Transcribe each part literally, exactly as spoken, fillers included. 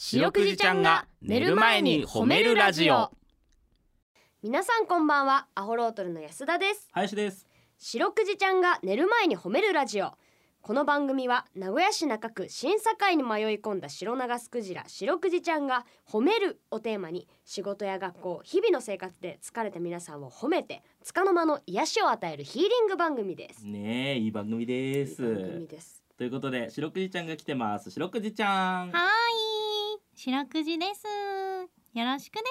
白くじちゃんが寝る前に褒めるラジオ。 皆さんこんばんは。アホロートルの安田です。 林です。 白くじちゃんが寝る前に褒めるラジオ。この番組は名古屋市中区審査会に迷い込んだ白長スクジラ白くじちゃんが褒めるをテーマに、仕事や学校日々の生活で疲れた皆さんを褒めて束の間の癒しを与えるヒーリング番組ですねえ、いい番組です。 いい番組です。 ということで白くじちゃんが来てます。白くじちゃん。 はーい、白くじです。よろしくです。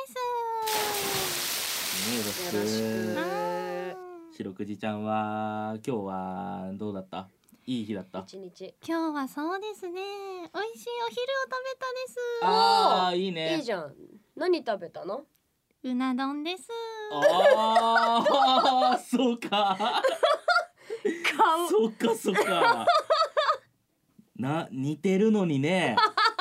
ねえ、よろしく。 よろしく。 は白くじちゃんは今日はどうだった？いい日だった？ 一日今日はそうですね、美味しいお昼を食べたです。 あー、いいね。 いいじゃん。何食べたの？ うな丼です。 あーそうか顔そっかそっかな、似てるのにね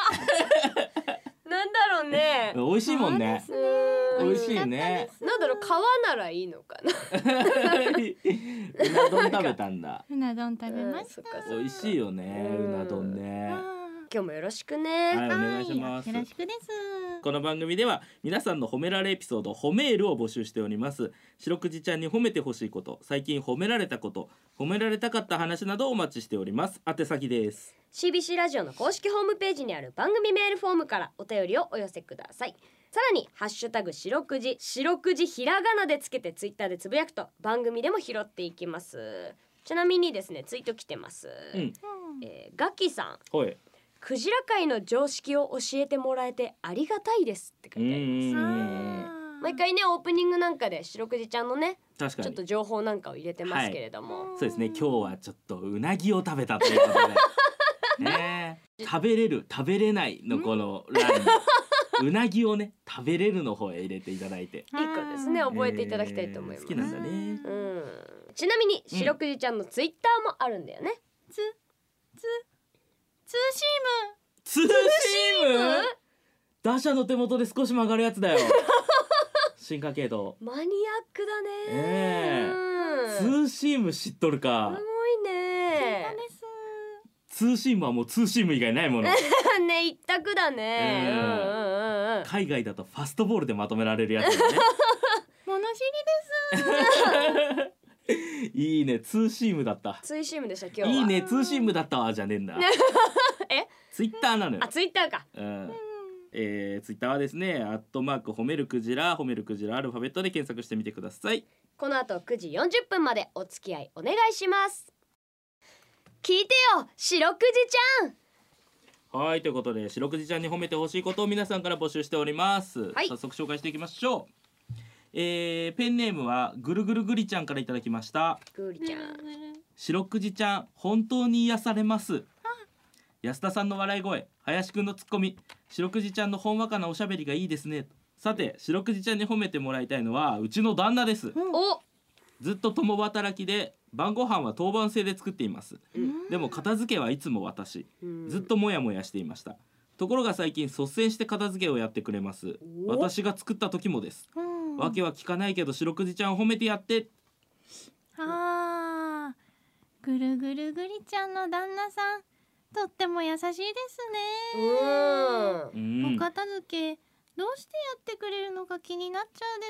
なんだろうね。 美味しいもんね。 うーん美味しいね。 なんだろう、皮ならいいのかな。 うな丼食べたんだ。 うな丼食べました。 うんそっかそっか美味しいよね、 ううんな丼ね。 今日もよろしくね。 はい、お願いします。 よろしくです。 この番組では皆さんの褒められエピソード、褒めールを募集しております。白くじちゃんに褒めてほしいこと、最近褒められたこと、褒められたかった話などをお待ちしております。宛先です。 シービーシー ラジオの公式ホームページにある番組メールフォームからお便りをお寄せください。さらにハッシュタグ白くじ、白くじひらがなでつけてツイッターでつぶやくと番組でも拾っていきます。ちなみにですね、ツイート来てます、 うんえー、ガキさん、 ほい。 クジラ界の常識を教えてもらえてありがたいですって書いてあります。 うーんえー毎回ね、オープニングなんかで白くじちゃんのね確かにちょっと情報なんかを入れてますけれども、 そうですね、今日はちょっとうなぎを食べたということでねえ、食べれる食べれないのこの欄にうなぎをね食べれるの方へ入れていただいて、 いい子ですね。覚えていただきたいと思います。 えー好きなんだね。 うんちなみに白くじちゃんのツイッターもあるんだよね。 つつツーシツーシーム打者の手元で少し曲がるやつだよ進化系統。 マニアックだね、 えうんツーシーム知っとるすか。 ごいねームです。 ツーシームはもうツーシーム以外ないものね、一択だね、 うんうんうんうんうん海外だとファストボールでまとめられるやつだね物知りです。 いいね、ツーシームだった。 ツーシームでした今日は。 いいね、ツーシームだったわじゃねえんだえツイッターなのよあ、。ツイッターか。 うんえー、ツイッターはですね、アットマーク褒めるクジラ、褒めるクジラアルファベットで検索してみてください。 この後くじよんじゅっぷんまでお付き合いお願いします。聞いてよ白くじちゃん。 はい、ということで白くじちゃんに褒めてほしいことを皆さんから募集しております、 はい早速紹介していきましょう。えー、ペンネームはぐるぐるぐりちゃんからいただきました。 グリちゃん。 白くじちゃん本当に癒されます。安田さんの笑い声、林くんのツッコミ、白くじちゃんのほんわかなおしゃべりがいいですね。さて白くじちゃんに褒めてもらいたいのはうちの旦那です。 お、 ずっと共働きで晩ご飯は当番制で作っています。でも片付けはいつも私。ずっとモヤモヤしていました。ところが最近率先して片付けをやってくれます。 お私が作った時もです。 うんわけは聞かないけど白くじちゃん褒めてやって。 あー、ぐるぐるぐりちゃんの旦那さんとっても優しいですうね。 んうんお片付けどうしてやってくれるのか気になっちゃうです。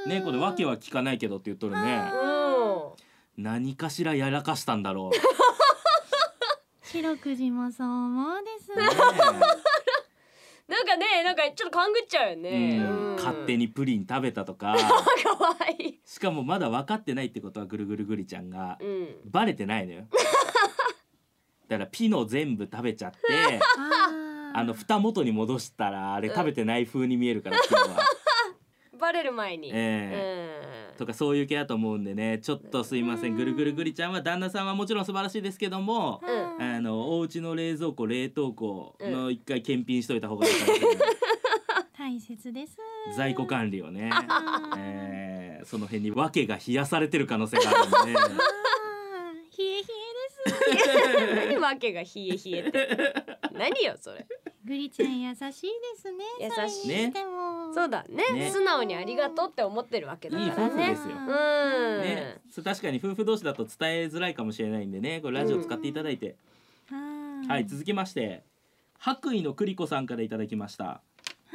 ね、これわけは聞かないけどって言っとるね。 うん何かしらやらかしたんだろう。 白くじもそう思うです。 ねなんかね、なんかちょっと勘ぐっちゃうよえね、 うん勝手ににプリン食べたとかかわいい。 しかもまだ分かってないってことはぐるぐるぐりちゃんがうんバレてないのよだからピノ全部食べちゃってあーあの蓋元に戻したらあれ食べてない風に見えるからピノはバレる前に、 えうんとかそういう系だと思うんでね、ちょっとすいません。ぐるぐるぐりちゃんは旦那さんはもちろん素晴らしいですけども、 うんあのお家の冷蔵庫冷凍庫の一回検品しといた方がいいかもしれない、 大切です。 在庫管理をね、 あーえーその辺に訳が冷やされてる可能性があるんであー、冷え冷えです。 何わけが冷え冷えって何よそれ。 グリちゃん優しいですね。 優しいそれにしてもそうだねね素直にありがとうって思ってるわけだいいからね。 夫婦ですよ、 うん、 ね、そう確かに夫婦同士だと伝えづらいかもしれないんでね、これラジオ使っていただいて、 うんはい、続きまして白衣の栗子さんからいただきました。 はい。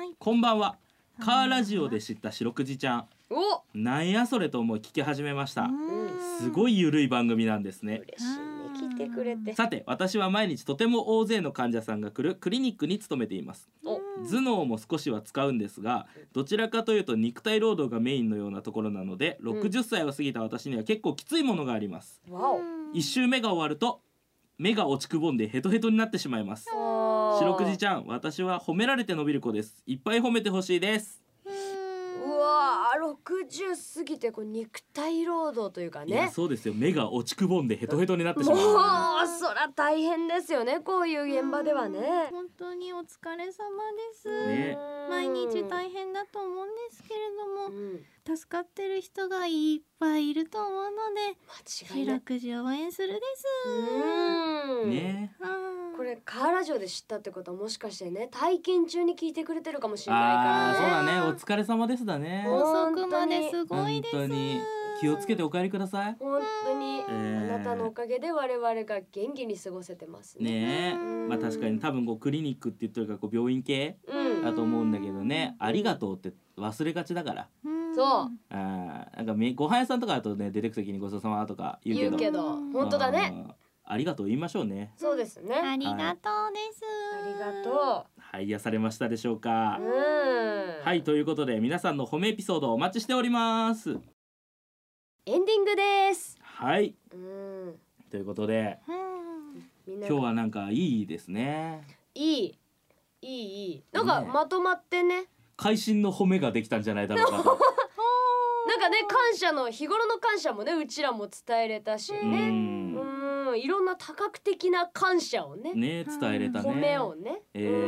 こんばんは。カーラジオで知った白くじちゃん、 お、 なんやそれと思い聞き始めました。すごい。 いゆるい番組なんですね。 嬉しいね、聞いてくれて。 さて、私は毎日とても大勢の患者さんが来るクリニックに勤めています。 お、 頭脳も少しは使うんですが、どちらかというと肉体労働がメインのようなところなので、ろくじゅっさいを過ぎた私には結構きついものがあります。 わお。 一周目が終わると目が落ちくぼんでヘトヘトになってしまいます。白くじちゃん、私は褒められて伸びる子です。いっぱい褒めてほしいです。 うわー、ろくじゅう過ぎてこう肉体労働というかいやね。 そうですよ、目が落ちくぼんでヘトヘトになってしまう。 もうそら大変ですよね、こういう現場ではね。 本当にお疲れ様です。 ね毎日大変だと思うんですけれども、 うん、 助かってる人がいっぱいいると思うので、 間違いない。 白くじを応援するです。 うん、 ねうんこれカーラジオで知ったってことはもしかしてね、体験中に聞いてくれてるかもしれあないーそうからね。 だね、お疲れ様ですだね。 遅くまですごい本です。 当に気をつけてお帰りください。 本当に、 えーあなたのおかげで我々が元気に過ごせてますね。 ねえ、 うんまあ確かに多分こうクリニックって言ってるからこう病院系うん、 だと思うんだけどね、ありがとうって忘れがちだから。 うんそうあーなんかめご飯屋さんとかだとね出てく時にごちそうさまとか言うけど、 言うけど本当だね。 あーありがとう言いましょうね。 そうですね。 ありがとうです。 ありがとはい、癒されましたでしょうかう。。うん。 はい、ということで皆さんの褒めエピソードをお待ちしております。 エンディングです。 はい、 うん。 ということでうんみんな今日はなんかいいですね。 いいいいいい。なんかねまとまってね。 会心の褒めができたんじゃないだろうかと。 なんかね、感謝の日頃の感謝もね、うちらも伝えれたしうね。 んうん、いろんな多角的な感謝をね、 ね伝えれたね。 褒めをね。 えー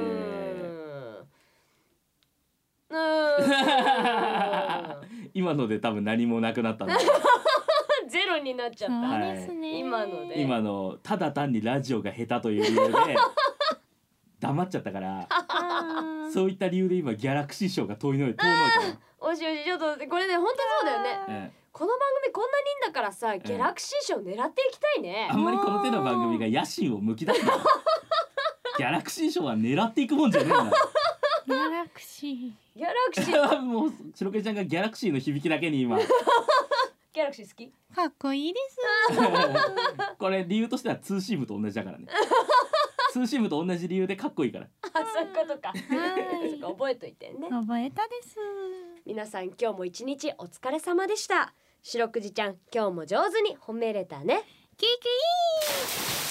うーん。うーん今ので多分何もなくなったの。 ゼロになっちゃっそうた。 ですね。 今ので今のただ単にラジオが下手という理由で黙っちゃったから、 あーそういった理由で今ギャラクシー賞が遠いのに遠のいおしおし、ちょっとこれね、本当そうだよね。 たの、えこの番組こんなにいいんだからさ、ギャラクシー賞狙っていきたいねえ、あ。んまりこの手の番組が野心をむき出すな。ギャラクシー賞は狙っていくもんじゃねえんだ。 ギャラクシー。 ギャラクシーもう白毛ちゃんがギャラクシーの響きだけに今ギャラクシー好き？ かっこいいです。 これ理由としてはツーシームと同じだからね。ツーシームと同じ理由でかっこいいから。 あ、そういうことか。 はいそっか、覚えといてね。 覚えたです。 皆さん今日も一日お疲れ様でした。白くじちゃん、今日も上手に褒めれたね。 キキー。